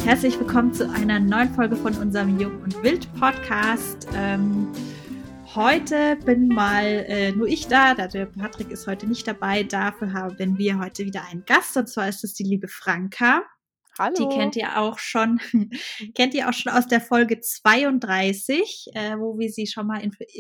Herzlich willkommen zu einer neuen Folge von unserem Jung und Wild Podcast. Heute bin mal nur ich da, der Patrick ist heute nicht dabei. Dafür haben wir heute wieder einen Gast, und zwar ist es die liebe Franka. Hallo. Die kennt ihr auch schon aus der Folge 32, wo wir sie schon mal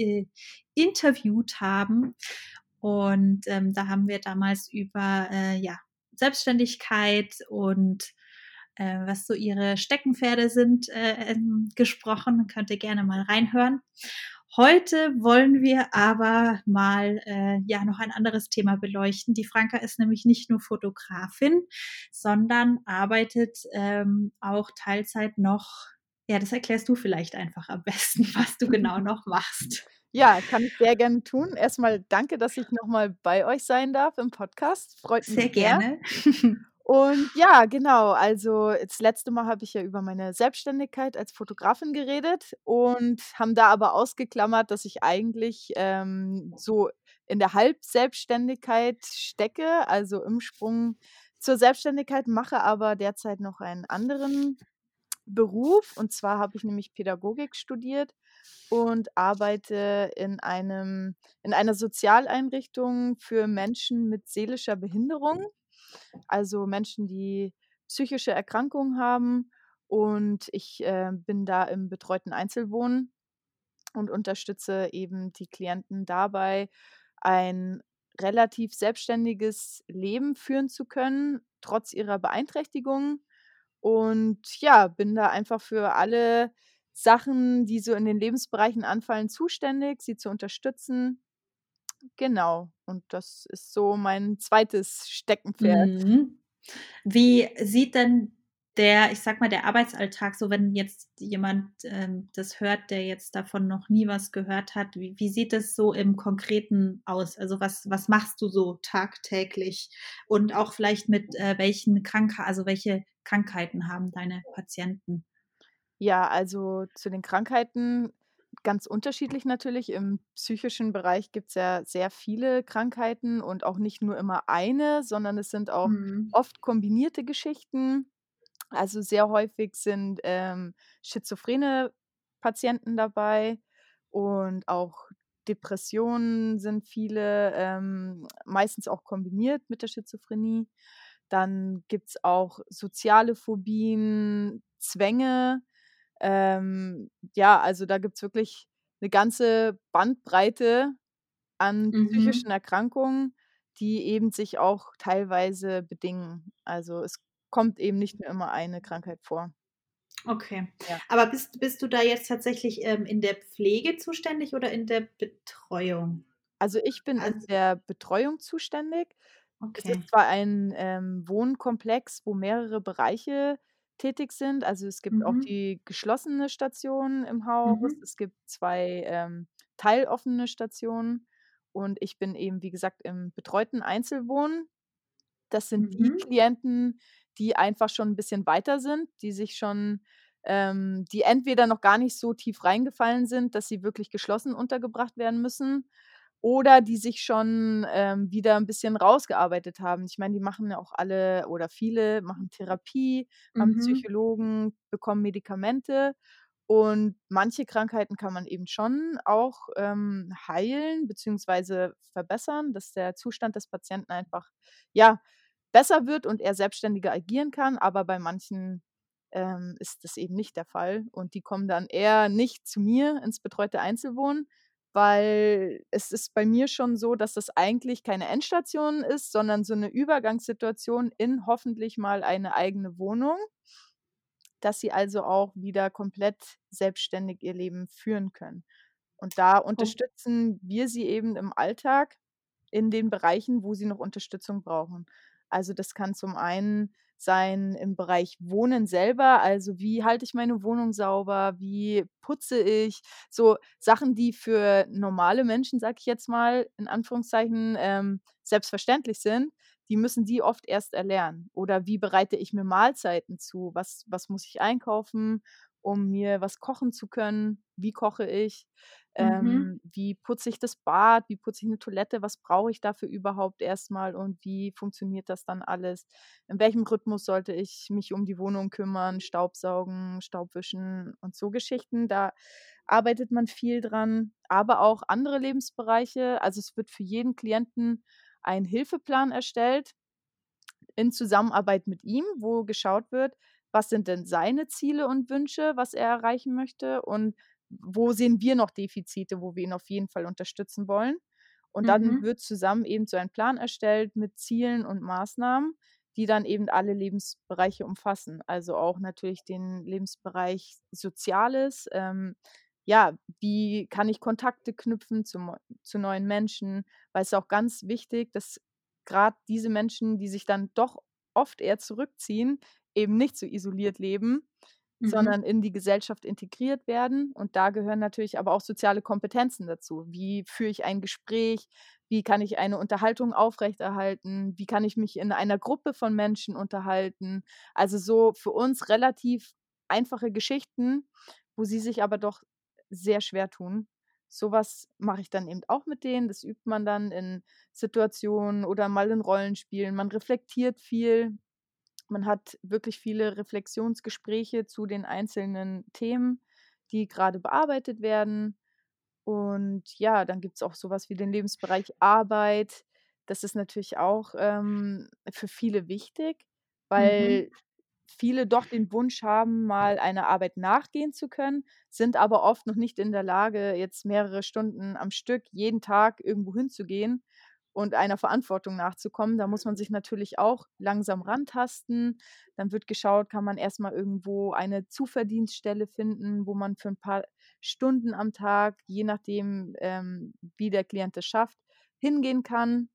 interviewt haben. Und da haben wir damals über Selbstständigkeit und was so ihre Steckenpferde sind, gesprochen. Könnt ihr gerne mal reinhören. Heute wollen wir aber mal noch ein anderes Thema beleuchten. Die Franka ist nämlich nicht nur Fotografin, sondern arbeitet auch Teilzeit noch. Ja, das erklärst du vielleicht einfach am besten, was du genau noch machst. Ja, kann ich sehr gerne tun. Erstmal danke, dass ich nochmal bei euch sein darf im Podcast. Freut mich Sehr gerne. Und ja, genau, also das letzte Mal habe ich ja über meine Selbstständigkeit als Fotografin geredet und haben da aber ausgeklammert, dass ich eigentlich so in der Halbselbstständigkeit stecke, also im Sprung zur Selbstständigkeit, mache aber derzeit noch einen anderen Beruf. Und zwar habe ich nämlich Pädagogik studiert und arbeite in einer Sozialeinrichtung für Menschen mit seelischer Behinderung, also Menschen, die psychische Erkrankungen haben. Und ich bin da im betreuten Einzelwohnen und unterstütze eben die Klienten dabei, ein relativ selbstständiges Leben führen zu können, trotz ihrer Beeinträchtigung. Und ja, bin da einfach für alle Sachen, die so in den Lebensbereichen anfallen, zuständig, sie zu unterstützen. Genau, und das ist so mein zweites Steckenpferd. Mhm. Wie sieht denn der Arbeitsalltag so, wenn jetzt jemand das hört, der jetzt davon noch nie was gehört hat, wie sieht es so im Konkreten aus? Also was machst du so tagtäglich? Und auch vielleicht mit welche Krankheiten haben deine Patienten? Ja, also zu den Krankheiten ganz unterschiedlich natürlich. Im psychischen Bereich gibt's ja sehr viele Krankheiten und auch nicht nur immer eine, sondern es sind auch Mhm. oft kombinierte Geschichten. Also, sehr häufig sind schizophrene Patienten dabei und auch Depressionen sind viele, meistens auch kombiniert mit der Schizophrenie. Dann gibt's auch soziale Phobien, Zwänge. Ja, also da gibt's wirklich 'ne ganze Bandbreite an psychischen Mhm. Erkrankungen, die eben sich auch teilweise bedingen. Also, es kommt eben nicht nur immer eine Krankheit vor. Okay. Ja. Aber bist du da jetzt tatsächlich in der Pflege zuständig oder in der Betreuung? Also, ich bin in Also, der Betreuung zuständig. Es okay. ist zwar ein Wohnkomplex, wo mehrere Bereiche tätig sind. Also, es gibt auch Mhm. die geschlossene Station im Haus. Mhm. Es gibt 2 teiloffene Stationen und ich bin eben, wie gesagt, im betreuten Einzelwohnen. Das sind die Mhm. Klienten, die einfach schon 'n bisschen weiter sind, die sich schon die entweder noch gar nicht so tief reingefallen sind, dass sie wirklich geschlossen untergebracht werden müssen, oder die sich schon wieder 'n bisschen rausgearbeitet haben. Ich meine, die machen ja auch alle oder viele machen Therapie, haben Mhm. Psychologen, bekommen Medikamente und manche Krankheiten kann man eben schon auch heilen beziehungsweise verbessern, dass der Zustand des Patienten einfach, ja, besser wird und er selbstständiger agieren kann, aber bei manchen ist das eben nicht der Fall und die kommen dann eher nicht zu mir ins betreute Einzelwohnen, weil es ist bei mir schon so, dass das eigentlich keine Endstation ist, sondern so 'ne Übergangssituation in hoffentlich mal eine eigene Wohnung, dass sie also auch wieder komplett selbstständig ihr Leben führen können. Und da O unterstützen wir sie eben im Alltag in den Bereichen, wo sie noch Unterstützung brauchen. Also, das kann zum einen sein im Bereich Wohnen selber, also, wie halte ich meine Wohnung sauber, wie putze ich, so Sachen, die für normale Menschen, sage ich jetzt mal in Anführungszeichen, selbstverständlich sind, die müssen die oft erst erlernen. Oder wie bereite ich mir Mahlzeiten zu? Was muss ich einkaufen, um mir was kochen zu können? Wie koche ich? Mhm. Wie putze ich das Bad? Wie putze ich 'ne Toilette? Was brauche ich dafür überhaupt erst mal und wie funktioniert das dann alles? In welchem Rhythmus sollte ich mich um die Wohnung kümmern, Staubsaugen, Staubwischen und so Geschichten. Da arbeitet man viel dran, aber auch andere Lebensbereiche. Also, es wird für jeden Klienten ein Hilfeplan erstellt in Zusammenarbeit mit ihm, wo geschaut wird, was sind denn seine Ziele und Wünsche, was er erreichen möchte und wo sehen wir noch Defizite, wo wir ihn auf jeden Fall unterstützen wollen. Und dann Mhm. wird zusammen eben so ein Plan erstellt mit Zielen und Maßnahmen, die dann eben alle Lebensbereiche umfassen. Also auch natürlich den Lebensbereich Soziales. Ja, wie kann ich Kontakte knüpfen zu neuen Menschen? Weil es ist auch ganz wichtig, dass grad diese Menschen, die sich dann doch oft eher zurückziehen, eben nicht so isoliert leben, sondern Mhm. in die Gesellschaft integriert werden. Und da gehören natürlich aber auch soziale Kompetenzen dazu. Wie führe ich ein Gespräch? Wie kann ich eine Unterhaltung aufrechterhalten? Wie kann ich mich in einer Gruppe von Menschen unterhalten? Also, so für uns relativ einfache Geschichten, wo sie sich aber doch sehr schwer tun. So was mache ich dann eben auch mit denen. Das übt man dann in Situationen oder mal in Rollenspielen. Man reflektiert viel. Man hat wirklich viele Reflexionsgespräche zu den einzelnen Themen, die grade bearbeitet werden. Und ja, dann gibt's auch so was wie den Lebensbereich Arbeit. Das ist natürlich auch, für viele wichtig, Mhm. weil viele doch den Wunsch haben, mal einer Arbeit nachgehen zu können, sind aber oft noch nicht in der Lage, jetzt mehrere Stunden am Stück jeden Tag irgendwo hinzugehen und einer Verantwortung nachzukommen. Da muss man sich natürlich auch langsam rantasten. Dann wird geschaut, kann man erst mal irgendwo eine Zuverdienststelle finden, wo man für 'n paar Stunden am Tag, je nachdem, wie der Klient es schafft, hingehen kann.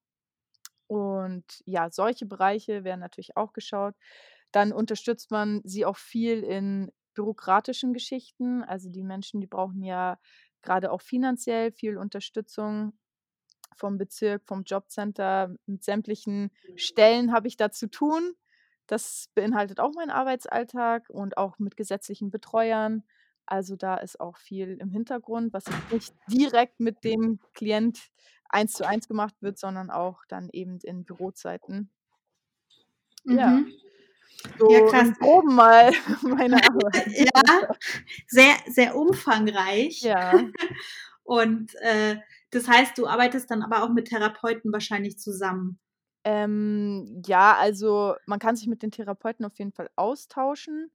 Und ja, solche Bereiche werden natürlich auch geschaut. Dann unterstützt man sie auch viel in bürokratischen Geschichten. Also, die Menschen, die brauchen ja grade auch finanziell viel Unterstützung vom Bezirk, vom Jobcenter. Mit sämtlichen Stellen habe ich da zu tun. Das beinhaltet auch meinen Arbeitsalltag und auch mit gesetzlichen Betreuern. Also, da ist auch viel im Hintergrund, was jetzt nicht direkt mit dem Klient eins zu eins gemacht wird, sondern auch dann eben in Bürozeiten. Ja, Mhm. Ja, so krass. im Groben mal meine Arbeit. Ja, sehr, sehr umfangreich. Ja. Und, das heißt, du arbeitest dann aber auch mit Therapeuten wahrscheinlich zusammen? Ja, also, man kann sich mit den Therapeuten auf jeden Fall austauschen,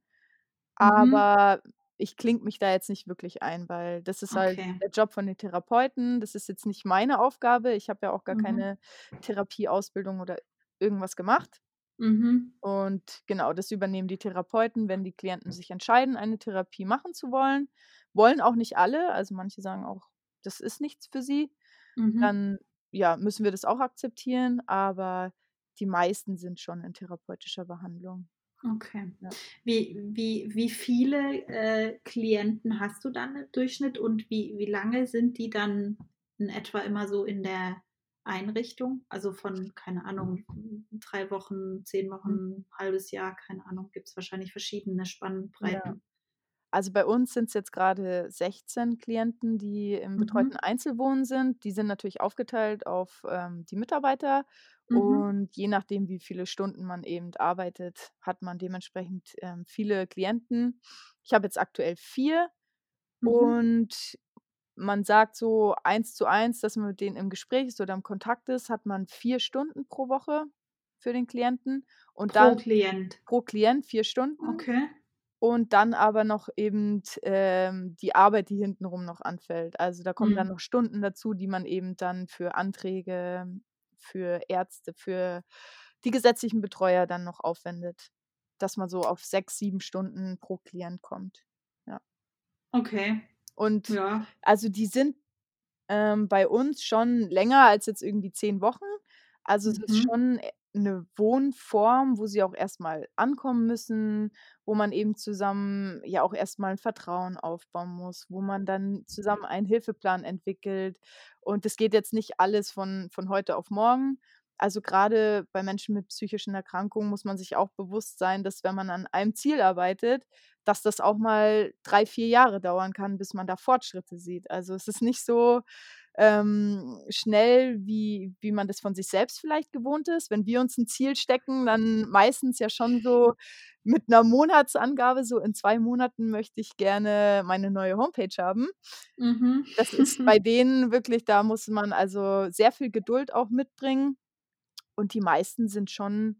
Mhm. aber ich klinke mich da jetzt nicht wirklich ein, weil das ist halt Okay. der Job von den Therapeuten. Das ist jetzt nicht meine Aufgabe. Ich habe ja auch gar Mhm. keine Therapieausbildung oder irgendwas gemacht. Mhm. Und genau, das übernehmen die Therapeuten, wenn die Klienten sich entscheiden, eine Therapie machen zu wollen. Wollen auch nicht alle, also manche sagen auch, das ist nichts für sie. Mhm. Dann, ja, müssen wir das auch akzeptieren, aber die meisten sind schon in therapeutischer Behandlung, Okay. ja. Wie viele, Klienten hast du dann im Durchschnitt und wie lange sind die dann in etwa immer so in der Einrichtung? Also, von, keine Ahnung, 3 Wochen, 10 Mhm, Wochen, halbes Jahr, keine Ahnung, gibt's wahrscheinlich verschiedene ja. Spannbreiten. Also, bei uns sind's jetzt grade 16 Klienten, die im betreuten Mhm. Einzelwohnen sind. Die sind natürlich aufgeteilt auf, die Mitarbeiter Mhm. und je nachdem, wie viele Stunden man eben arbeitet, hat man dementsprechend, viele Klienten. Ich habe jetzt aktuell 4 Mhm. und man sagt so eins zu eins, dass man mit denen im Gespräch ist oder im Kontakt ist, hat man 4 Stunden pro Woche für den Klienten und Pro dann Klient. pro Klient 4 Stunden Okay. und dann aber noch eben, die Arbeit, die hintenrum noch anfällt. Also, da kommen dann Mhm. noch Stunden dazu, die man eben dann für Anträge, für Ärzte, für die gesetzlichen Betreuer dann noch aufwendet, dass man so auf 6, 7 Stunden pro Klient kommt. Ja. Okay. Und Ja. also, die sind bei uns schon länger als jetzt irgendwie 10 Wochen. Also, es ist Mhm. schon 'ne Wohnform, wo sie auch erst mal ankommen müssen, wo man eben zusammen ja auch erst mal 'n Vertrauen aufbauen muss, wo man dann zusammen einen Hilfeplan entwickelt. Und das geht jetzt nicht alles von heute auf morgen. Also, grade bei Menschen mit psychischen Erkrankungen muss man sich auch bewusst sein, dass wenn man an einem Ziel arbeitet, dass das auch mal 3, 4 Jahre dauern kann, bis man da Fortschritte sieht. Also, es ist nicht so, schnell, wie man das von sich selbst vielleicht gewohnt ist. Wenn wir uns 'n Ziel stecken, dann meistens ja schon so mit 'ner Monatsangabe, so: „In 2 Monaten möchte ich gerne meine neue Homepage haben." Mhm. Das ist bei denen wirklich, da muss man also sehr viel Geduld auch mitbringen, und die meisten sind schon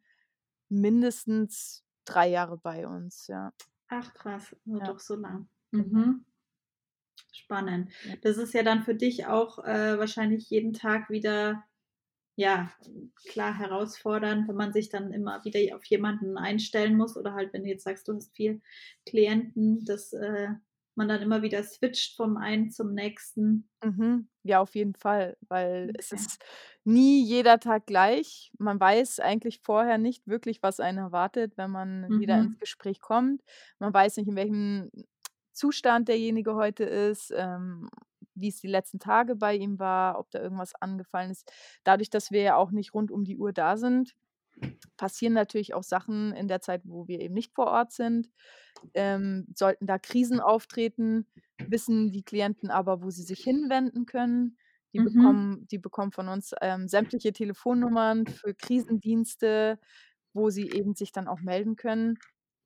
mindestens 3 Jahre bei uns, ja. Ach krass, nur Ja, doch so lang. genau. Mhm. Spannend. Ja. Das ist ja dann für dich auch, wahrscheinlich jeden Tag wieder, ja, klar herausfordernd, wenn man sich dann immer wieder auf jemanden einstellen muss oder halt, wenn du jetzt sagst, du hast viel Klienten, dass, man dann immer wieder switcht vom einen zum nächsten. Mhm. Ja, auf jeden Fall, weil es Okay. ist nie jeder Tag gleich. Man weiß eigentlich vorher nicht wirklich, was einen erwartet, wenn man wieder ins Mhm. Gespräch kommt. Man weiß nicht, in welchem Zustand derjenige heute ist, wie es die letzten Tage bei ihm war, ob da irgendwas angefallen ist. Dadurch, dass wir ja auch nicht rund um die Uhr da sind, passieren natürlich auch Sachen in der Zeit, wo wir eben nicht vor Ort sind. Sollten da Krisen auftreten, wissen die Klienten aber, wo sie sich hinwenden können. Mhm. Die bekommen von uns, sämtliche Telefonnummern für Krisendienste, wo sie eben sich dann auch melden können,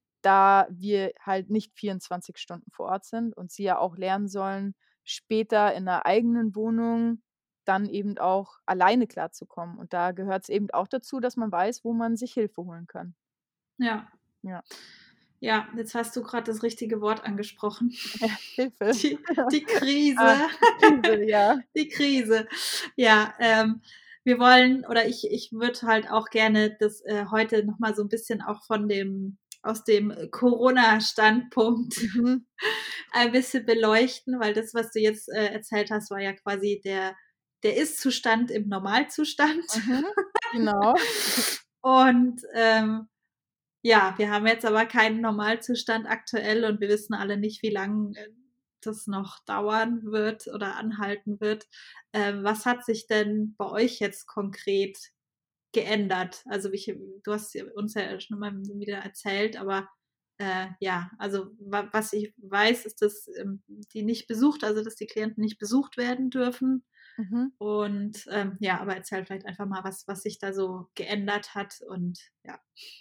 da wir halt nicht 24 Stunden vor Ort sind und sie ja auch lernen sollen, später in 'ner eigenen Wohnung dann eben auch alleine klarzukommen. Und da gehört's eben auch dazu, dass man weiß, wo man sich Hilfe holen kann. Ja. Ja. Ja, jetzt hast du grad das richtige Wort angesprochen. Hilfe. Die Krise. Ah, die Krise, ja. Die Krise. Ja, wir wollen oder ich würde halt auch gerne das, heute noch mal so 'n bisschen auch von dem aus dem Corona-Standpunkt Mhm, ein bisschen beleuchten, weil das, was du jetzt, erzählt hast, war ja quasi der Ist-Zustand im Normalzustand. mhm, genau. Und, ja, wir haben jetzt aber keinen Normalzustand aktuell und wir wissen alle nicht, wie lang, das noch dauern wird oder anhalten wird. Was hat sich denn bei euch jetzt konkret geändert? Also, du hast ja uns ja schon mal wieder erzählt, aber, ja, also, was ich weiß, ist, dass, die nicht besucht also, dass die Klienten nicht besucht werden dürfen. Mhm. Und, ja, aber erzähl vielleicht einfach mal, was sich da so geändert hat und ja.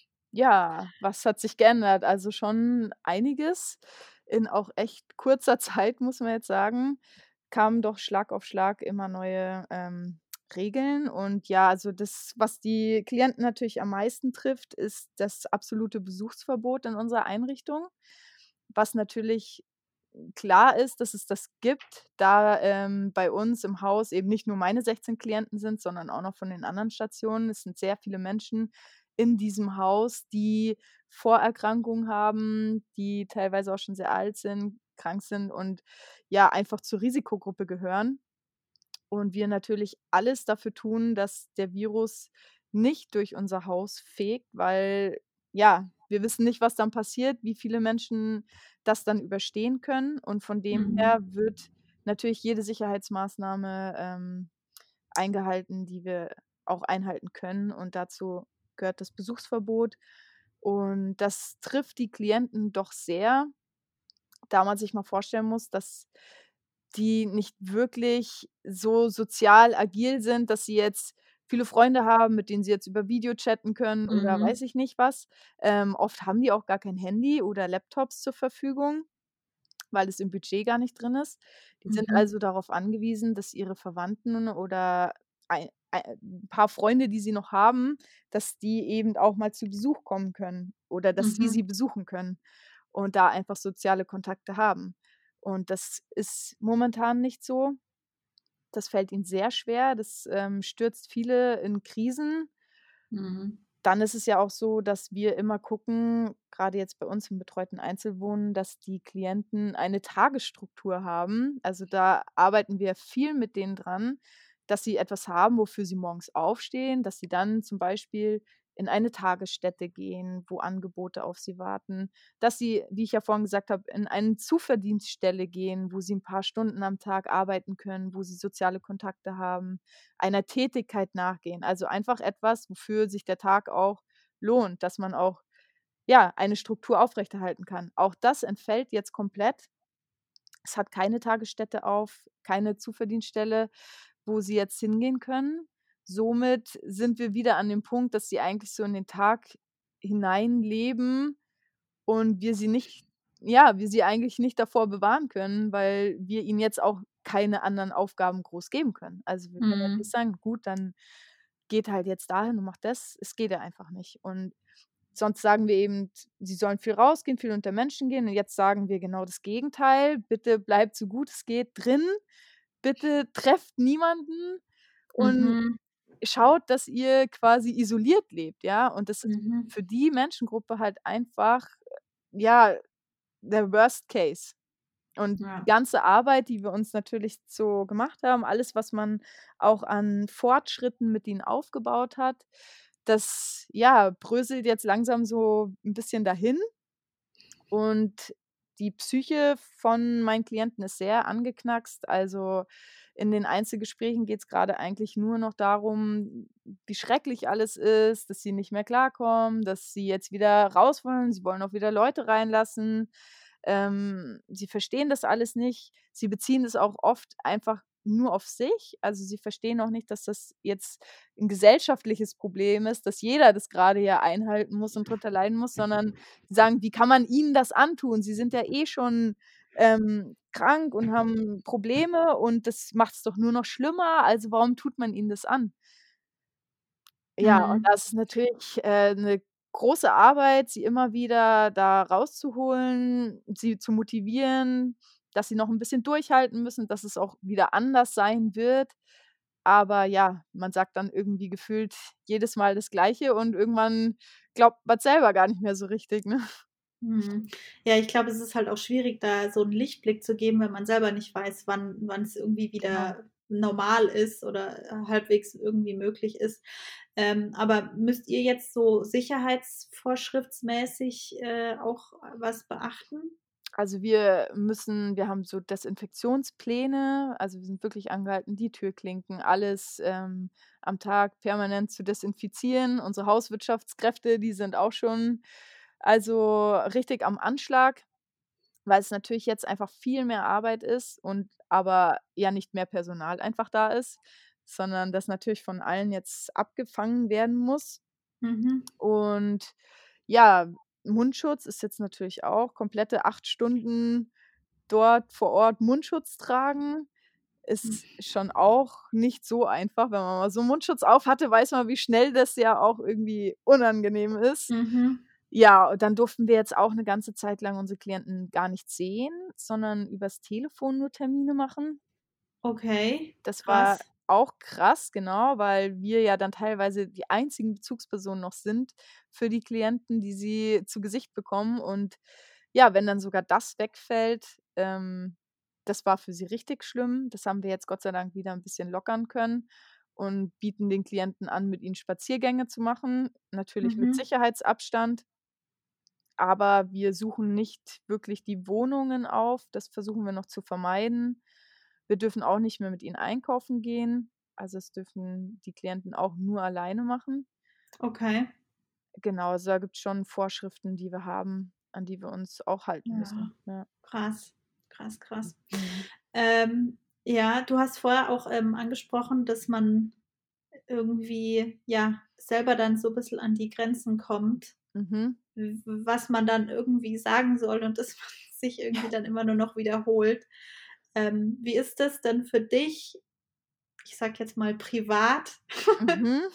Ja, was hat sich geändert? Also, schon einiges. In auch echt kurzer Zeit, muss man jetzt sagen, kamen doch Schlag auf Schlag immer neue, Regeln. Und ja, also das, was die Klienten natürlich am meisten trifft, ist das absolute Besuchsverbot in unserer Einrichtung, was natürlich klar ist, dass es das gibt, da, bei uns im Haus eben nicht nur meine 16 Klienten sind, sondern auch noch von den anderen Stationen. Es sind sehr viele Menschen in diesem Haus, die Vorerkrankungen haben, die teilweise auch schon sehr alt sind, krank sind und ja, einfach zur Risikogruppe gehören. Und wir natürlich alles dafür tun, dass der Virus nicht durch unser Haus fegt, weil, ja, wir wissen nicht, was dann passiert, wie viele Menschen das dann überstehen können. Und von dem her Mhm. wird natürlich jede Sicherheitsmaßnahme, eingehalten, die wir auch einhalten können. Und dazu gehört das Besuchsverbot. Und das trifft die Klienten doch sehr, da man sich mal vorstellen muss, dass die nicht wirklich so sozial agil sind, dass sie jetzt viele Freunde haben, mit denen sie jetzt über Video chatten können oder weiß Mhm. ich nicht was. Oft haben die auch gar kein Handy oder Laptops zur Verfügung, weil es im Budget gar nicht drin ist. Die sind Mhm. also darauf angewiesen, dass ihre Verwandten oder 'n paar Freunde, die sie noch haben, dass die eben auch mal zu Besuch kommen können oder dass sie Mhm. besuchen können und da einfach soziale Kontakte haben. Und das ist momentan nicht so. Das fällt ihnen sehr schwer. Das, stürzt viele in Krisen. Mhm. Dann ist es ja auch so, dass wir immer gucken, grade jetzt bei uns im betreuten Einzelwohnen, dass die Klienten eine Tagesstruktur haben. Also, da arbeiten wir viel mit denen dran, dass sie etwas haben, wofür sie morgens aufstehen, dass sie dann zum Beispiel in eine Tagesstätte gehen, wo Angebote auf sie warten, dass sie, wie ich ja vorhin gesagt habe, in eine Zuverdienststelle gehen, wo sie 'n paar Stunden am Tag arbeiten können, wo sie soziale Kontakte haben, einer Tätigkeit nachgehen. Also, einfach etwas, wofür sich der Tag auch lohnt, dass man auch ja, eine Struktur aufrechterhalten kann. Auch das entfällt jetzt komplett. Es hat keine Tagesstätte auf, keine Zuverdienststelle, wo sie jetzt hingehen können. Somit sind wir wieder an dem Punkt, dass sie eigentlich so in den Tag hineinleben und wir sie eigentlich nicht davor bewahren können, weil wir ihnen jetzt auch keine anderen Aufgaben groß geben können. Also, wir können jetzt nicht Mhm. sagen: „Gut, dann geht halt jetzt dahin und macht das.“ Es geht ja einfach nicht. Und sonst sagen wir eben, sie sollen viel rausgehen, viel unter Menschen gehen und jetzt sagen wir genau das Gegenteil: „Bitte bleibt so gut es geht drin. Bitte trefft niemanden und Mhm. schaut, dass ihr quasi isoliert lebt“, ja? Und das ist Mhm. für die Menschengruppe halt einfach, ja, der Worst Case. Und die Ja. ganze Arbeit, die wir uns natürlich so gemacht haben, alles, was man auch an Fortschritten mit ihnen aufgebaut hat, das, ja, bröselt jetzt langsam so 'n bisschen dahin. Und die Psyche von meinen Klienten ist sehr angeknackst. Also, in den Einzelgesprächen geht's grade eigentlich nur noch darum, wie schrecklich alles ist, dass sie nicht mehr klarkommen, dass sie jetzt wieder raus wollen. Sie wollen auch wieder Leute reinlassen. Sie verstehen das alles nicht. Sie beziehen das auch oft einfach nur auf sich. Also, sie verstehen auch nicht, dass das jetzt 'n gesellschaftliches Problem ist, dass jeder das grade ja einhalten muss und drunter leiden muss, sondern die sagen: „Wie kann man ihnen das antun? Sie sind ja eh schon, krank und haben Probleme und das macht's doch nur noch schlimmer. Also, warum tut man ihnen das an?“ Ja, und Mhm. das ist natürlich, 'ne große Arbeit, sie immer wieder da rauszuholen, sie zu motivieren, dass sie noch 'n bisschen durchhalten müssen, dass es auch wieder anders sein wird. Aber ja, man sagt dann irgendwie gefühlt jedes Mal das Gleiche und irgendwann glaubt man's selber gar nicht mehr so richtig, ne? Mhm. Ja, ich glaube, es ist halt auch schwierig, da so 'n Lichtblick zu geben, wenn man selber nicht weiß, wann's irgendwie Genau. wieder normal ist oder, halbwegs irgendwie möglich ist. Aber müsst ihr jetzt so sicherheitsvorschriftsmäßig, auch was beachten? Also, wir haben so Desinfektionspläne. Also, wir sind wirklich angehalten, die Türklinken, alles, am Tag permanent zu desinfizieren. Unsere Hauswirtschaftskräfte, die sind auch schon, also, richtig am Anschlag, weil es natürlich jetzt einfach viel mehr Arbeit ist und aber ja nicht mehr Personal einfach da ist, sondern das natürlich von allen jetzt abgefangen werden muss. Mhm. Und ja, Mundschutz ist jetzt natürlich auch komplette 8 Stunden dort vor Ort Mundschutz tragen, ist schon auch nicht so einfach. Wenn man mal so 'n Mundschutz auf hatte, weiß man, wie schnell das ja auch irgendwie unangenehm ist. Mhm. Ja, und dann durften wir jetzt auch 'ne ganze Zeit lang unsere Klienten gar nicht sehen, sondern übers Telefon nur Termine machen. Okay, Das war krass. auch krass, genau, weil wir ja dann teilweise die einzigen Bezugspersonen noch sind für die Klienten, die sie zu Gesicht bekommen. Und ja, wenn dann sogar das wegfällt, das war für sie richtig schlimm. Das haben wir jetzt Gott sei Dank wieder 'n bisschen lockern können und bieten den Klienten an, mit ihnen Spaziergänge zu machen, natürlich mit Mhm. Sicherheitsabstand. Aber wir suchen nicht wirklich die Wohnungen auf, das versuchen wir noch zu vermeiden. Wir dürfen auch nicht mehr mit ihnen einkaufen gehen. Also, das dürfen die Klienten auch nur alleine machen. Okay. Genau, also da gibt's schon Vorschriften, die wir haben, an die wir uns auch halten Ja, müssen, ja. krass. Krass, krass. Mhm. Ja, du hast vorher auch, angesprochen, dass man irgendwie, ja, selber dann so bisschen an die Grenzen kommt, Mhm. was man dann irgendwie sagen soll und dass man sich irgendwie dann immer nur noch wiederholt. Wie ist das denn für dich, ich sage jetzt mal privat, Mhm.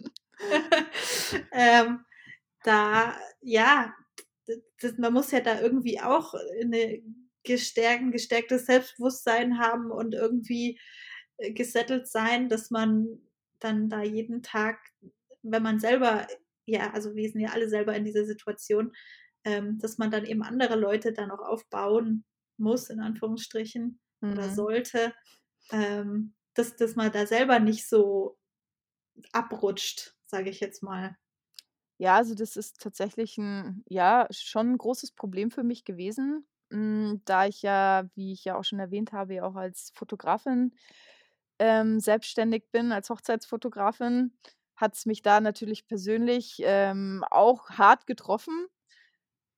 ähm, da ja, man muss ja da irgendwie auch 'ne gestärktes Selbstbewusstsein haben und irgendwie, gesettelt sein, dass man dann da jeden Tag, wenn man selber ja, also wir sind ja alle selber in dieser Situation, dass man dann eben andere Leute dann auch aufbauen muss, in Anführungsstrichen, oder Mhm. sollte, dass man da selber nicht so abrutscht, sage ich jetzt mal. Ja, also das ist tatsächlich 'n ja, schon 'n großes Problem für mich gewesen, da ich ja, wie ich ja auch schon erwähnt habe, ja auch als Fotografin, selbstständig bin, als Hochzeitsfotografin, hat's mich da natürlich persönlich, auch hart getroffen.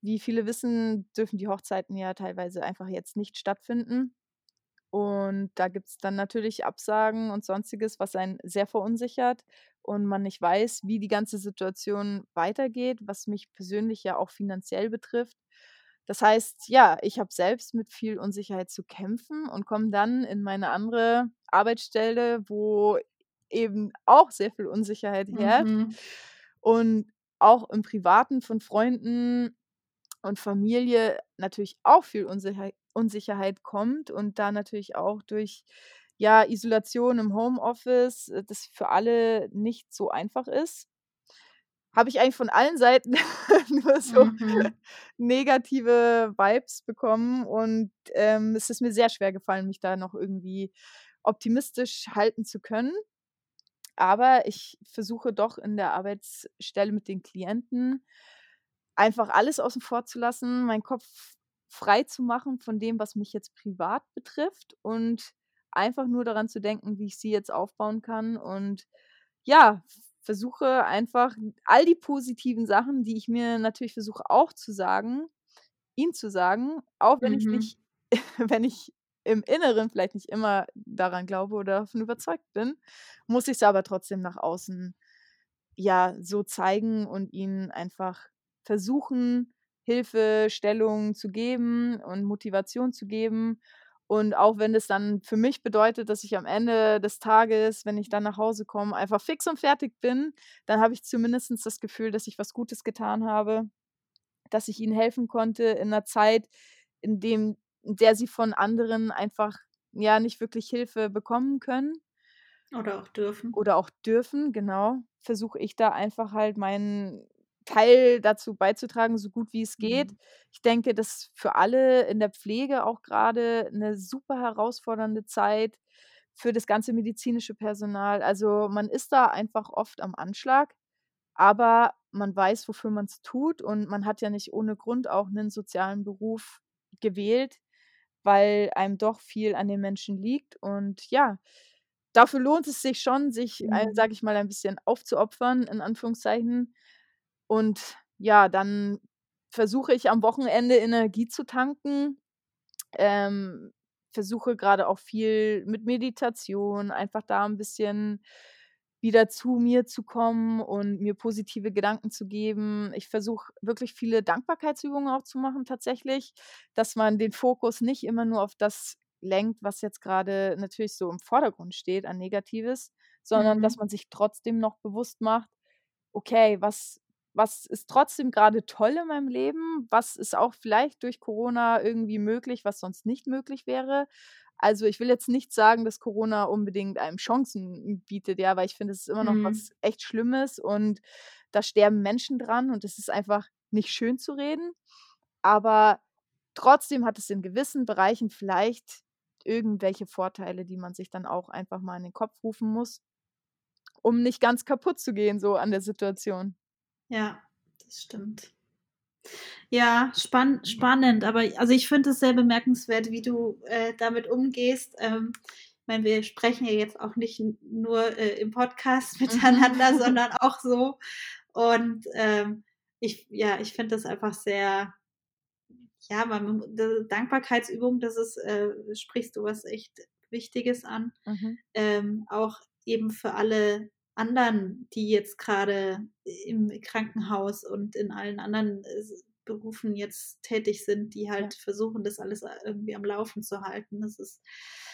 wie viele wissen, dürfen die Hochzeiten ja teilweise einfach jetzt nicht stattfinden. Und da gibt's dann natürlich Absagen und Sonstiges, was einen sehr verunsichert und man nicht weiß, wie die ganze Situation weitergeht, was mich persönlich ja auch finanziell betrifft. Das heißt, ja, ich habe selbst mit viel Unsicherheit zu kämpfen und komme dann in meine andere Arbeitsstelle, wo eben auch sehr viel Unsicherheit herrscht Mhm. und auch im Privaten von Freunden und Familie natürlich auch viel Unsicherheit kommt und da natürlich auch durch, ja, Isolation im Homeoffice, das für alle nicht so einfach ist. Habe ich eigentlich von allen Seiten nur so Mhm. negative Vibes bekommen und, es ist mir sehr schwer gefallen, mich da noch irgendwie optimistisch halten zu können. Aber ich versuche doch in der Arbeitsstelle mit den Klienten einfach alles außen vor zu lassen, meinen Kopf frei zu machen von dem, was mich jetzt privat betrifft und einfach nur daran zu denken, wie ich sie jetzt aufbauen kann und ja, versuche einfach all die positiven Sachen, die ich mir natürlich versuche auch zu sagen, ihm zu sagen, auch wenn ich's Mhm. nicht wenn ich im Inneren vielleicht nicht immer daran glaube oder davon überzeugt bin, muss ich's aber trotzdem nach außen, ja, so zeigen und ihnen einfach versuchen, Hilfestellung zu geben und Motivation zu geben. Und auch wenn es dann für mich bedeutet, dass ich am Ende des Tages, wenn ich dann nach Hause komme, einfach fix und fertig bin, dann habe ich zumindestens das Gefühl, dass ich was Gutes getan habe, dass ich ihnen helfen konnte in 'ner Zeit, in der sie von anderen einfach, ja, nicht wirklich Hilfe bekommen können Oder auch dürfen. oder auch dürfen, genau, versuche ich da einfach halt meinen Teil dazu beizutragen, so gut wie es geht. Mhm. Ich denke, das ist für alle in der Pflege auch grade 'ne super herausfordernde Zeit für das ganze medizinische Personal. Also, man ist da einfach oft am Anschlag, aber man weiß, wofür man's tut und man hat ja nicht ohne Grund auch 'nen sozialen Beruf gewählt, weil einem doch viel an den Menschen liegt und ja, dafür lohnt es sich schon, sich, Mhm. sage ich mal, ein bisschen aufzuopfern in Anführungszeichen. Und ja, dann versuche ich am Wochenende Energie zu tanken, ähm, versuche grade auch viel mit Meditation, einfach da 'n bisschen wieder zu mir zu kommen und mir positive Gedanken zu geben. Ich versuche wirklich viele Dankbarkeitsübungen auch zu machen tatsächlich, dass man den Fokus nicht immer nur auf das lenkt, was jetzt grade natürlich so im Vordergrund steht an Negatives, sondern dass Mhm. man sich trotzdem noch bewusst macht: „Okay, was ist trotzdem grade toll in meinem Leben? Was ist auch vielleicht durch Corona irgendwie möglich, was sonst nicht möglich wäre?“ Also, ich will jetzt nicht sagen, dass Corona unbedingt einem Chancen bietet, ja, weil ich finde, es ist immer noch Mhm. was echt Schlimmes und da sterben Menschen dran und das ist einfach nicht schön zu reden. Aber trotzdem hat es in gewissen Bereichen vielleicht irgendwelche Vorteile, die man sich dann auch einfach mal in den Kopf rufen muss, um nicht ganz kaputt zu gehen so an der Situation. Ja, das stimmt. Ja, spannend, aber also, ich finde es sehr bemerkenswert, wie du, damit umgehst. Ich meine, wir sprechen ja jetzt auch nicht nur, im Podcast Mhm. miteinander, sondern auch so. Und, ich finde das einfach sehr ja, man Dankbarkeitsübung, das ist sprichst du was echt Wichtiges an. Mhm. Auch eben für alle anderen, die jetzt grade im Krankenhaus und in allen anderen, Berufen jetzt tätig sind, die Ja. halt versuchen, das alles irgendwie am Laufen zu halten. Das ist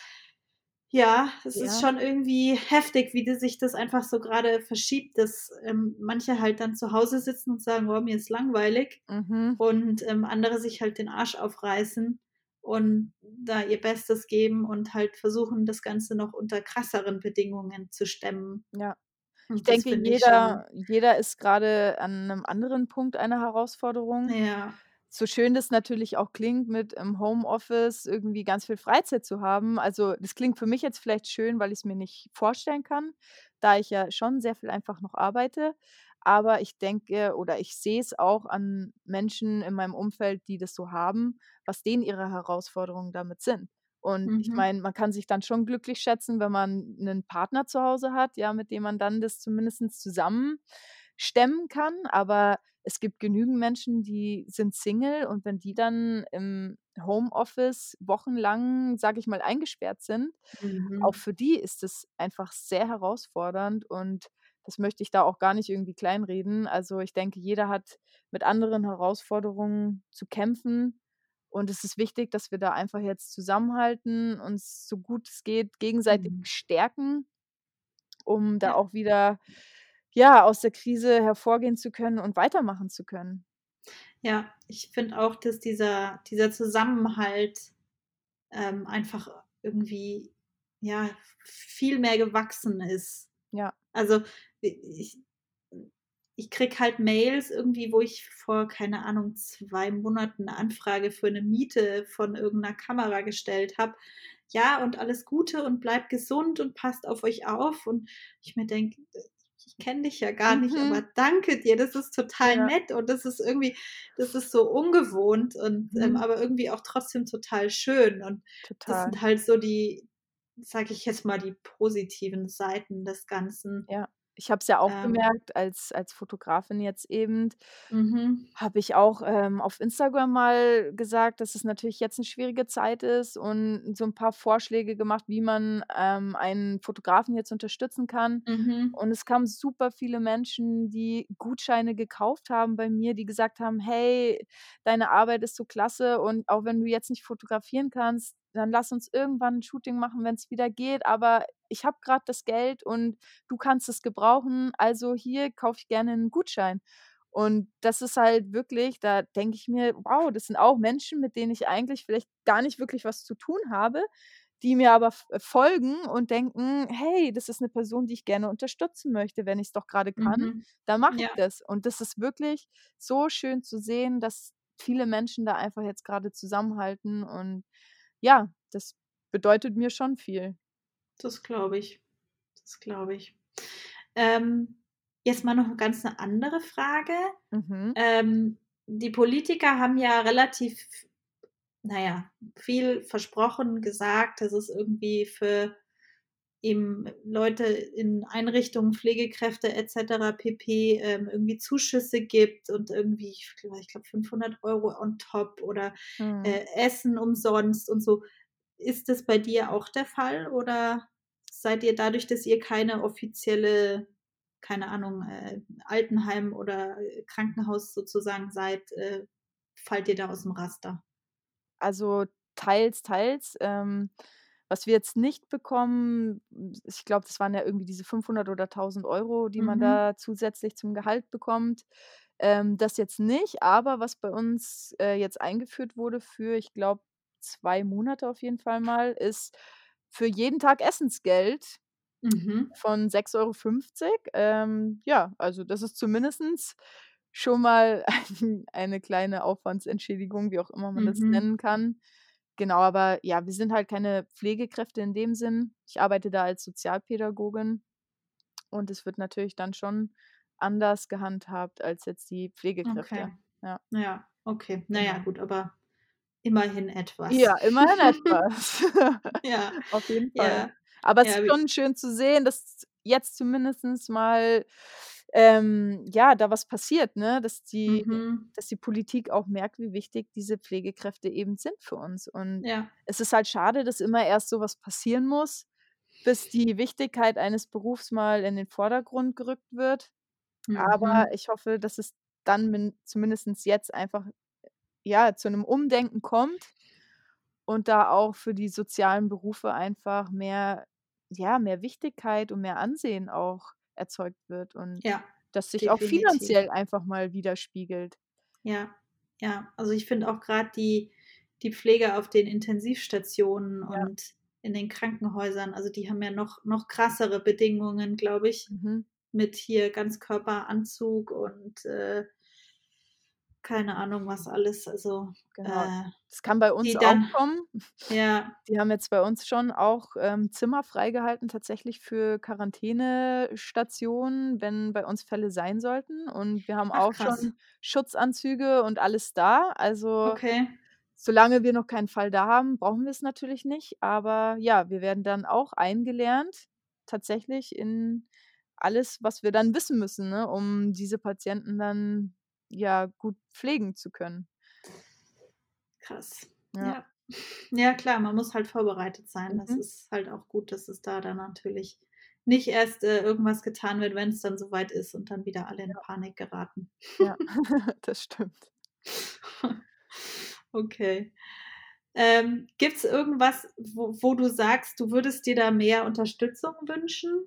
ja, es ist Ja. schon irgendwie heftig, wie sich das einfach so grade verschiebt, dass, manche halt dann zu Hause sitzen und sagen: „Oh, mir ist langweilig.“ Mhm. und, andere sich halt den Arsch aufreißen und da ihr Bestes geben und halt versuchen, das Ganze noch unter krasseren Bedingungen zu stemmen. Ja. Ich Und das denke, finde ich schon jeder ist grade an 'nem anderen Punkt einer Herausforderung. ja, So schön das natürlich auch klingt, mit im Homeoffice irgendwie ganz viel Freizeit zu haben. Also, das klingt für mich jetzt vielleicht schön, weil ich's mir nicht vorstellen kann, da ich ja schon sehr viel einfach noch arbeite. Aber ich denke oder ich sehe es auch an Menschen in meinem Umfeld, die das so haben, was denen ihre Herausforderungen damit sind. Und ich mhm, meine, man kann sich dann schon glücklich schätzen, wenn man 'nen Partner zu Hause hat, ja, mit dem man dann das zumindestens zusammen stemmen kann, aber es gibt genügend Menschen, die sind Single und wenn die dann im Homeoffice wochenlang, sage ich mal, eingesperrt sind, auch Mhm. für die ist es einfach sehr herausfordernd und das möchte ich da auch gar nicht irgendwie kleinreden. Also, ich denke, jeder hat mit anderen Herausforderungen zu kämpfen und es ist wichtig, dass wir da einfach jetzt zusammenhalten, uns so gut es geht gegenseitig Mhm. stärken, um da Ja. auch wieder, ja, aus der Krise hervorgehen zu können und weitermachen zu können. Ja, ich finde auch, dass dieser Zusammenhalt, einfach irgendwie, ja, viel mehr gewachsen ist. Ja. Also, ich ich kriege halt Mails irgendwie, wo ich vor, keine Ahnung, 2 Monaten 'ne Anfrage für 'ne Miete von irgend 'ner Kamera gestellt habe. Ja, und alles Gute und bleibt gesund und passt auf euch auf. Und ich mir denke: „Ich kenne dich ja gar nicht, aber Mhm. danke dir, das ist total Ja, nett und das ist so ungewohnt und, mhm. aber irgendwie auch trotzdem total schön.“ Und das Total. sind halt so die, sage ich jetzt mal, die positiven Seiten des Ganzen. Ja. Ich habe es ja auch Ähm, gemerkt als Fotografin jetzt eben, mhm, habe ich auch, auf Instagram mal gesagt, dass es natürlich jetzt 'ne schwierige Zeit ist und so 'n paar Vorschläge gemacht, wie man, einen Fotografen jetzt unterstützen kann. mhm, Und es kamen super viele Menschen, die Gutscheine gekauft haben bei mir, die gesagt haben: „Hey, deine Arbeit ist so klasse und auch wenn du jetzt nicht fotografieren kannst, dann lass uns irgendwann 'n Shooting machen, wenn's wieder geht, aber ich habe grad das Geld und du kannst es gebrauchen, also hier, kaufe ich gerne 'n Gutschein.“ Und das ist halt wirklich da denke ich mir: „Wow, das sind auch Menschen, mit denen ich eigentlich vielleicht gar nicht wirklich was zu tun habe, die mir aber folgen und denken: ‚Hey, das ist 'ne Person, die ich gerne unterstützen möchte. Wenn ich's doch grade kann, mhm. dann mache ich Ja, das.‘“ Und das ist wirklich so schön zu sehen, dass viele Menschen da einfach jetzt grade zusammenhalten und ja, das bedeutet mir schon viel. das glaube ich. Das glaube ich. Ähm, Jetzt mal noch 'ne ganz 'ne andere Frage. Mhm, Die Politiker haben ja relativ, na ja, viel versprochen, gesagt, dass es irgendwie für eben Leute in Einrichtungen, Pflegekräfte et cetera pp., irgendwie Zuschüsse gibt und irgendwie, ich glaube 500 € on top oder, mhm. Essen umsonst und so. Ist das bei dir auch der Fall oder seid ihr dadurch, dass ihr keine offizielle, keine Ahnung, Altenheim oder, Krankenhaus sozusagen seid, fallt ihr da aus'm Raster? Also, teils, teils. Was wir jetzt nicht bekommen, ich glaube, das waren ja irgendwie diese 500 oder 1.000 €, die man Mhm, da zusätzlich zum Gehalt bekommt. Das jetzt nicht, aber was bei uns, jetzt eingeführt wurde für, ich glaube, 2 Monate auf jeden Fall mal, ist für jeden Tag Essensgeld mhm, von 6,50 €. Ja, also das ist zumindestens schon mal eine kleine Aufwandsentschädigung, wie auch immer man das mhm. nennen kann. Genau, aber ja, wir sind halt keine Pflegekräfte in dem Sinn. Ich arbeite da als Sozialpädagogin und es wird natürlich dann schon anders gehandhabt als jetzt die Okay. Pflegekräfte. Ja, Ja, okay. Na ja, genau. gut, aber immerhin etwas. Ja, immerhin etwas. Ja, Auf jeden Fall. ja, Aber es ja, ist schon schön zu sehen, dass jetzt zumindestens mal, ja, da was passiert, ne? mhm, Dass die Politik auch merkt, wie wichtig diese Pflegekräfte eben sind für uns. Und ja, es ist halt schade, dass immer erst so was passieren muss, bis die Wichtigkeit eines Berufs mal in den Vordergrund gerückt wird. Aber mhm, ich hoffe, dass es dann zumindestens jetzt einfach, ja, zu 'nem Umdenken kommt und da auch für die sozialen Berufe einfach mehr ja, mehr Wichtigkeit und mehr Ansehen auch erzeugt wird und ja, das sich auch definitiv. finanziell einfach mal widerspiegelt. Ja, ja. Also, ich finde auch grad die Pflege auf den Intensivstationen Ja, und in den Krankenhäusern, also, die haben ja noch krassere Bedingungen, glaube ich, mhm, mit hier Ganzkörperanzug und, keine Ahnung was alles. Also, genau. äh, Das kann bei uns die auch dann, kommen. ja, Die haben jetzt bei uns schon auch, Zimmer freigehalten tatsächlich für Quarantänestationen, wenn bei uns Fälle sein sollten. Und wir haben ach auch krass. schon Schutzanzüge und alles da. Also, Okay. solange wir noch keinen Fall da haben, brauchen wir es natürlich nicht. Aber ja, wir werden dann auch eingelernt, tatsächlich in alles, was wir dann wissen müssen, ne, um diese Patienten dann, ja, gut pflegen zu können. Krass. Ja. Ja. Ja klar, man muss halt vorbereitet sein. Das Mhm. ist halt auch gut, dass es da dann natürlich nicht erst, irgendwas getan wird, wenn's dann so weit ist und dann wieder alle in Ja, Panik geraten. ja, das stimmt. Okay. Gibt's irgendwas, wo du sagst, du würdest dir da mehr Unterstützung wünschen?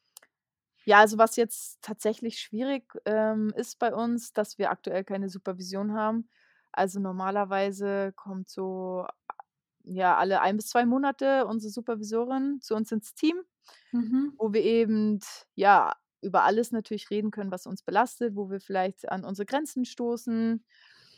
Ja, also was jetzt tatsächlich schwierig, ist bei uns, dass wir aktuell keine Supervision haben. Also normalerweise kommt so, ja, alle 1 bis 2 Monate unsere Supervisorin zu uns ins Team, Mhm. wo wir eben, ja, über alles natürlich reden können, was uns belastet, wo wir vielleicht an unsere Grenzen stoßen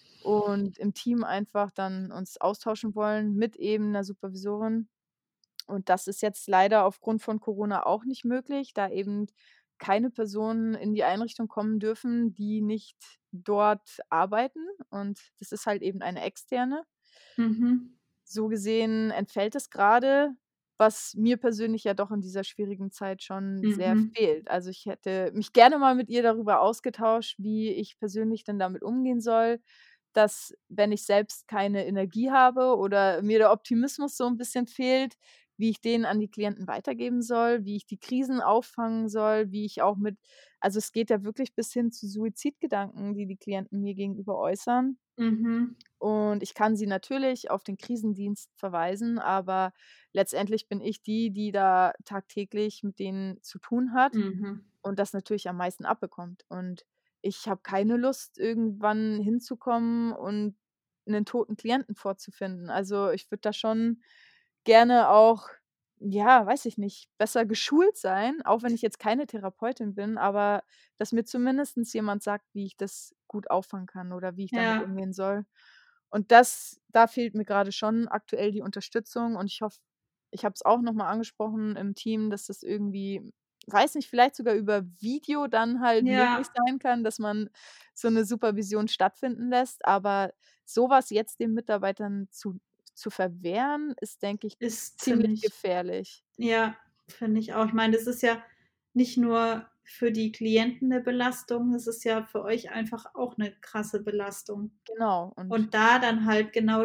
und im Team einfach dann uns austauschen wollen mit eben 'ner Supervisorin. Und das ist jetzt leider aufgrund von Corona auch nicht möglich, da eben keine Personen in die Einrichtung kommen dürfen, die nicht dort arbeiten. Und das ist halt eben eine externe. Mhm. So gesehen entfällt es grade, was mir persönlich ja doch in dieser schwierigen Zeit schon sehr Mhm. fehlt. Also, ich hätte mich gerne mal mit ihr darüber ausgetauscht, wie ich persönlich denn damit umgehen soll, dass, wenn ich selbst keine Energie habe oder mir der Optimismus so 'n bisschen fehlt, wie ich den an die Klienten weitergeben soll, wie ich die Krisen auffangen soll, wie ich auch mit, also, es geht ja wirklich bis hin zu Suizidgedanken, die die Klienten mir gegenüber äußern. Mhm. Und ich kann sie natürlich auf den Krisendienst verweisen, aber letztendlich bin ich die, die da tagtäglich mit denen zu tun hat Mhm. und das natürlich am meisten abbekommt. Und ich habe keine Lust, irgendwann hinzukommen und 'nen toten Klienten vorzufinden. Also, ich würde da schon gerne auch, ja, weiß ich nicht, besser geschult sein, auch wenn ich jetzt keine Therapeutin bin, aber dass mir zumindestens jemand sagt, wie ich das gut auffangen kann oder wie ich damit Ja. umgehen soll. Und das, da fehlt mir grade schon aktuell die Unterstützung und ich hoffe, ich habe es auch noch mal angesprochen im Team, dass das irgendwie, weiß nicht, vielleicht sogar über Video dann halt möglich Ja, sein kann, dass man so 'ne Supervision stattfinden lässt. Aber so was jetzt den Mitarbeitern zu verwehren, ist, denke ich, ist ziemlich ziemlich gefährlich. ja, finde ich auch. Ich meine, das ist ja nicht nur für die Klienten 'ne Belastung, es ist ja für euch einfach auch 'ne krasse Belastung. Genau und Und da dann halt genau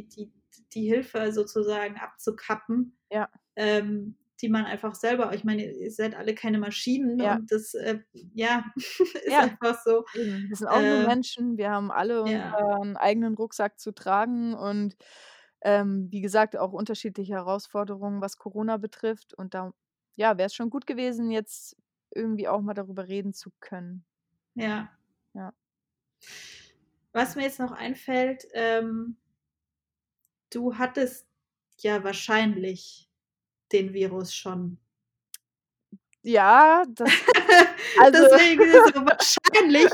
die Hilfe sozusagen abzukappen, ja, die man einfach selber ich meine, ihr seid alle keine Maschinen ja, und das, ja, ist ja, einfach so. eben. Wir sind auch nur Äh, Menschen. Wir haben alle ja, unseren eigenen Rucksack zu tragen und, wie gesagt, auch unterschiedliche Herausforderungen, was Corona betrifft. Und da, ja, wäre es schon gut gewesen, jetzt irgendwie auch mal darüber reden zu können. ja. Ja. Was mir jetzt noch einfällt, du hattest ja wahrscheinlich den Virus schon. Ja, also Deswegen ist es so wahrscheinlich,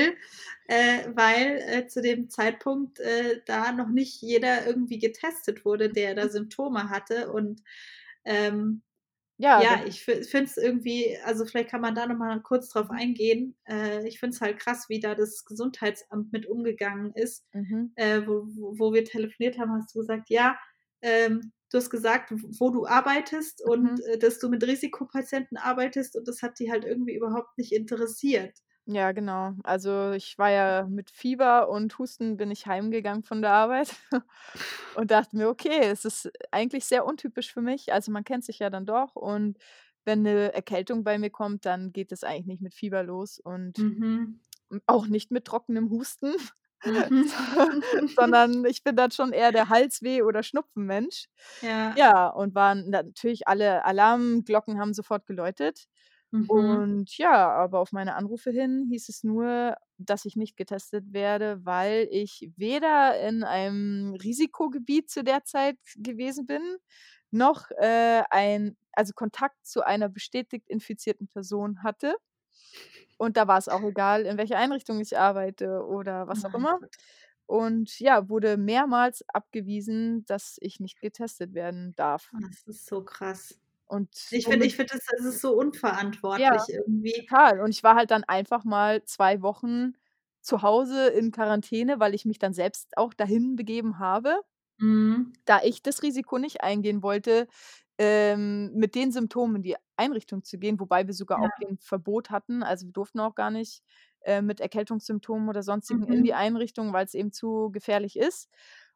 weil zu dem Zeitpunkt, da noch nicht jeder irgendwie getestet wurde, der da Symptome hatte und, ähm, ja, das ja, ich finde es irgendwie also, vielleicht kann man da noch mal kurz drauf mhm, eingehen. Ich finde es halt krass, wie da das Gesundheitsamt mit umgegangen ist. mhm, Wo wir telefoniert haben, hast du gesagt, ja, du hast gesagt, wo du arbeitest und, mhm. dass du mit Risikopatienten arbeitest und das hat die halt irgendwie überhaupt nicht interessiert. Ja, genau. Also, ich war ja mit Fieber und Husten bin ich heimgegangen von der Arbeit und dachte mir: „Okay, es ist eigentlich sehr untypisch für mich.“ Also, man kennt sich ja dann doch und wenn 'ne Erkältung bei mir kommt, dann geht es eigentlich nicht mit Fieber los und Mhm. auch nicht mit trockenem Husten, Mhm. sondern ich bin dann schon eher der Halsweh oder Schnupfenmensch. Ja. Ja, und waren natürlich alle Alarmglocken haben sofort geläutet. Mhm. Und ja, aber auf meine Anrufe hin hieß es nur, dass ich nicht getestet werde, weil ich weder in einem Risikogebiet zu der Zeit gewesen bin, noch, Kontakt zu einer bestätigt infizierten Person hatte. Und da war es auch egal, in welcher Einrichtung ich arbeite oder was auch Mein immer. Gott. Und ja, wurde mehrmals abgewiesen, dass ich nicht getestet werden darf. Das ist so krass. Und Ich finde, das ist so ja, unverantwortlich irgendwie. total. Und ich war halt dann einfach mal 2 Wochen zu Hause in Quarantäne, weil ich mich dann selbst auch dahin begeben habe, Mhm. da ich das Risiko nicht eingehen wollte, mit den Symptomen in die Einrichtung zu gehen, wobei wir sogar Ja. auch hier 'n Verbot hatten. Also, wir durften auch gar nicht, mit Erkältungssymptomen oder Sonstigem in die Mhm. Einrichtung, weil's eben zu gefährlich ist.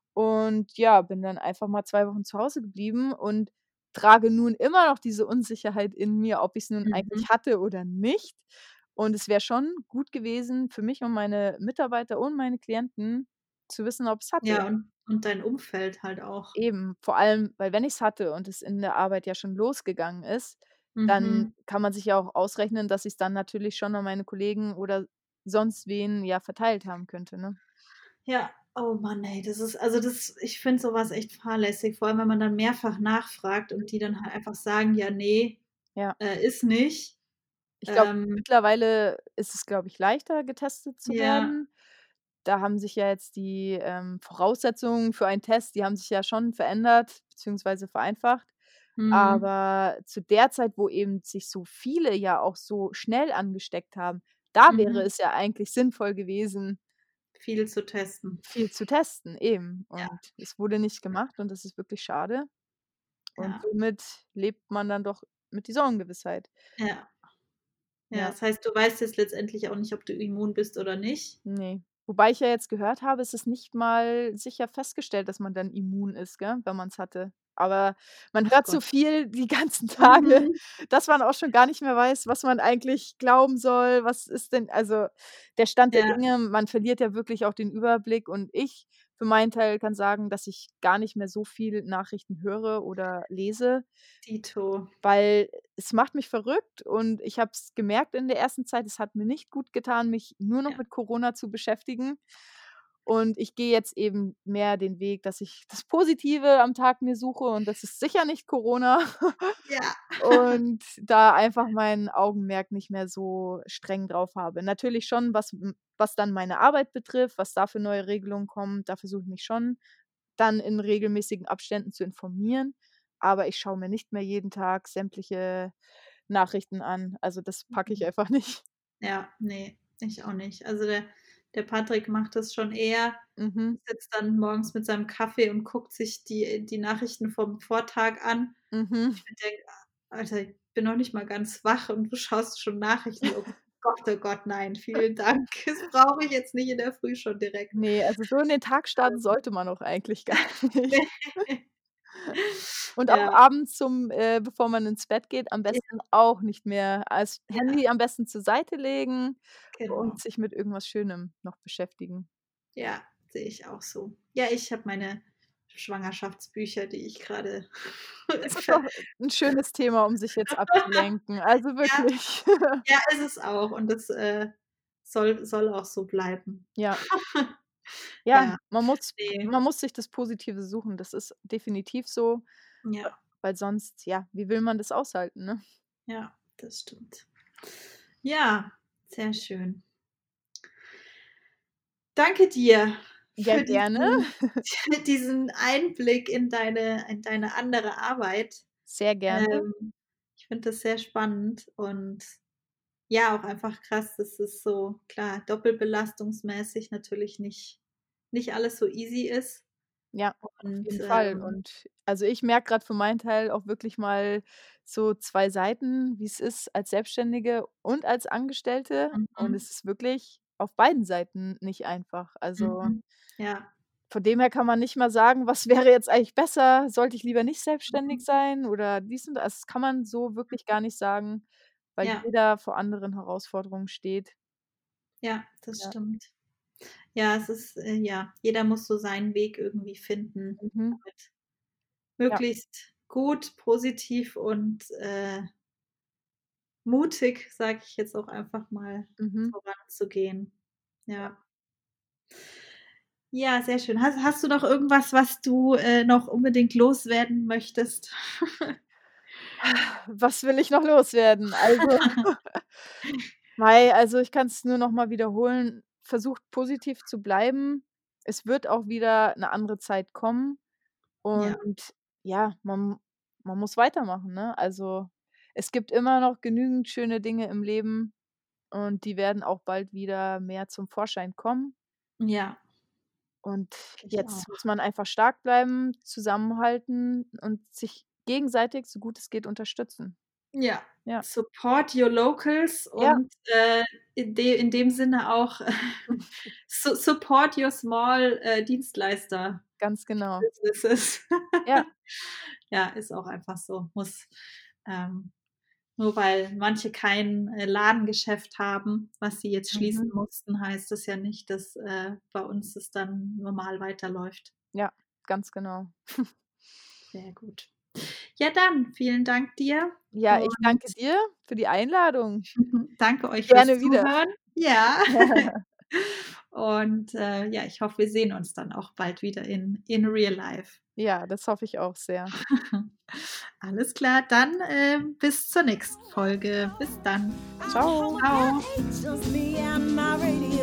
Und ja, bin dann einfach mal 2 Wochen zu Hause geblieben und trage nun immer noch diese Unsicherheit in mir, ob ich's nun Mhm. eigentlich hatte oder nicht. Und es wäre schon gut gewesen für mich und meine Mitarbeiter und meine Klienten zu wissen, ob ich's hatte. Ja, und dein Umfeld halt auch. Eben, vor allem, weil wenn ich's hatte und es in der Arbeit ja schon losgegangen ist, dann Mhm. kann man sich ja auch ausrechnen, dass ich's dann natürlich schon an meine Kollegen oder sonst wen, ja, verteilt haben könnte, ne? Ja, oh Mann, ey, das ist also das ich finde so was echt fahrlässig, vor allem, wenn man dann mehrfach nachfragt und die dann halt einfach sagen: „Ja, ne, Ja. ist nicht.“ Ich glaube, Ähm, mittlerweile ist es, glaube ich, leichter, getestet zu ja, werden. Da haben sich ja jetzt die, Voraussetzungen für einen Test, die haben sich ja schon verändert beziehungsweise vereinfacht. mhm, Aber zu der Zeit, wo eben sich so viele ja auch so schnell angesteckt haben, da wäre mhm, es ja eigentlich sinnvoll gewesen, viel zu testen. viel zu testen, eben. Ja, Und es wurde nicht gemacht und das ist wirklich schade. Und ja, somit lebt man dann doch mit dieser Ungewissheit. ja, ja. Ja. Das heißt, du weißt jetzt letztendlich auch nicht, ob du immun bist oder nicht? Ne. Wobei ich ja jetzt gehört habe, es ist nicht mal sicher festgestellt, dass man dann immun ist, gell, wenn man's hatte. Aber man Ach hört so Gott. viel die ganzen Tage, Mhm. dass man auch schon gar nicht mehr weiß, was man eigentlich glauben soll. Was ist denn also, der Stand der Ja, Dinge, man verliert ja wirklich auch den Überblick und ich für meinen Teil kann sagen, dass ich gar nicht mehr so viel Nachrichten höre oder lese, dito. weil es macht mich verrückt und ich habe es gemerkt in der ersten Zeit, es hat mir nicht gut getan, mich nur noch Ja, mit Corona zu beschäftigen. Und ich gehe jetzt eben mehr den Weg, dass ich das Positive am Tag mir suche und das ist sicher nicht Corona ja, und da einfach mein Augenmerk nicht mehr so streng drauf habe. Natürlich schon, was dann meine Arbeit betrifft, was da für neue Regelungen kommen, da versuche ich mich schon dann in regelmäßigen Abständen zu informieren, aber ich schaue mir nicht mehr jeden Tag sämtliche Nachrichten an. Also, das packe ich mhm. einfach nicht. Ja, ne, ich auch nicht. Also, der Patrick macht das schon eher, Mhm, sitzt dann morgens mit seinem Kaffee und guckt sich die Nachrichten vom Vortag an. mhm. Ich mir denke: „Alter, ich bin noch nicht mal ganz wach und du schaust schon Nachrichten. Oh Gott, nein, vielen Dank. Das brauche ich jetzt nicht in der Früh schon direkt.“ Ne, also so in den Tag starten sollte man auch eigentlich gar nicht. Ne. Und auch Ja, abends bevor man ins Bett geht, am ja, besten auch nicht mehr als ja, Handy am besten zur Seite legen und genau. sich mit irgendwas Schönem noch beschäftigen. Ja, sehe ich auch so. Ja, ich habe meine Schwangerschaftsbücher, die ich grade Das ist ver doch 'n schönes Thema, um sich jetzt abzulenken. Also ja, wirklich. ja, ist es auch und das, soll auch so bleiben. Ja. Ja, Ja, ne, man muss sich das Positive suchen. Das ist definitiv so, ja, weil sonst, ja, wie will man das aushalten, ne? ja, das stimmt. Ja, sehr schön. Danke dir Ja, für gerne, diesen Einblick in deine andere Arbeit. sehr gerne. Ich finde das sehr spannend und ja, auch einfach krass, dass es so klar, doppelbelastungsmäßig natürlich nicht alles so easy ist Ja, auf und, jeden Fall. Und also, ich merke grad für meinen Teil auch wirklich mal so 2 Seiten, wie's ist als Selbstständige und als Angestellte. Und mhm, es ist wirklich auf beiden Seiten nicht einfach. Also, mhm, ja, von dem her kann man nicht mal sagen: „Was wäre jetzt eigentlich besser? Sollte ich lieber nicht selbstständig mhm, sein oder dies und das?“ Das kann man so wirklich gar nicht sagen, weil ja, jeder vor anderen Herausforderungen steht. ja, das Ja. stimmt. Ja, es ist, ja, jeder muss so seinen Weg irgendwie finden, Mhm. damit Ja. möglichst gut, positiv und, mutig, sage ich jetzt auch einfach mal, Mhm. voranzugehen. Ja. Ja. Ja, sehr schön. Hast du noch irgendwas, was du, noch unbedingt loswerden möchtest? Was will ich noch loswerden? Also also, ich kann's nur noch mal wiederholen, versucht positiv zu bleiben. Es wird auch wieder 'ne andere Zeit kommen Ja, und ja, man muss weitermachen, ne? Also, es gibt immer noch genügend schöne Dinge im Leben und die werden auch bald wieder mehr zum Vorschein kommen. ja, Und ich auch. jetzt muss man einfach stark bleiben, zusammenhalten und sich gegenseitig, so gut es geht, unterstützen. Ja, Ja. support your locals Ja. und, in dem Sinne auch support your small, Dienstleister Ganz genau. Businesses. Ja. Ja, ist auch einfach so. Ähm Nur weil manche kein, Ladengeschäft haben, was sie jetzt schließen Mhm. mussten, heißt das ja nicht, dass, bei uns es dann normal weiterläuft. Ja, ganz genau. Sehr gut. Ja, dann vielen Dank dir Ja, ich und danke dir für die Einladung. danke euch fürs Gerne wieder. Zuhören. Ja. Und, ja, ich hoffe, wir sehen uns dann auch bald wieder in real life. Ja, das hoffe ich auch sehr. Alles klar, dann, bis zur nächsten Folge. Bis dann. Tschau. Tschau. It's just me and my radio.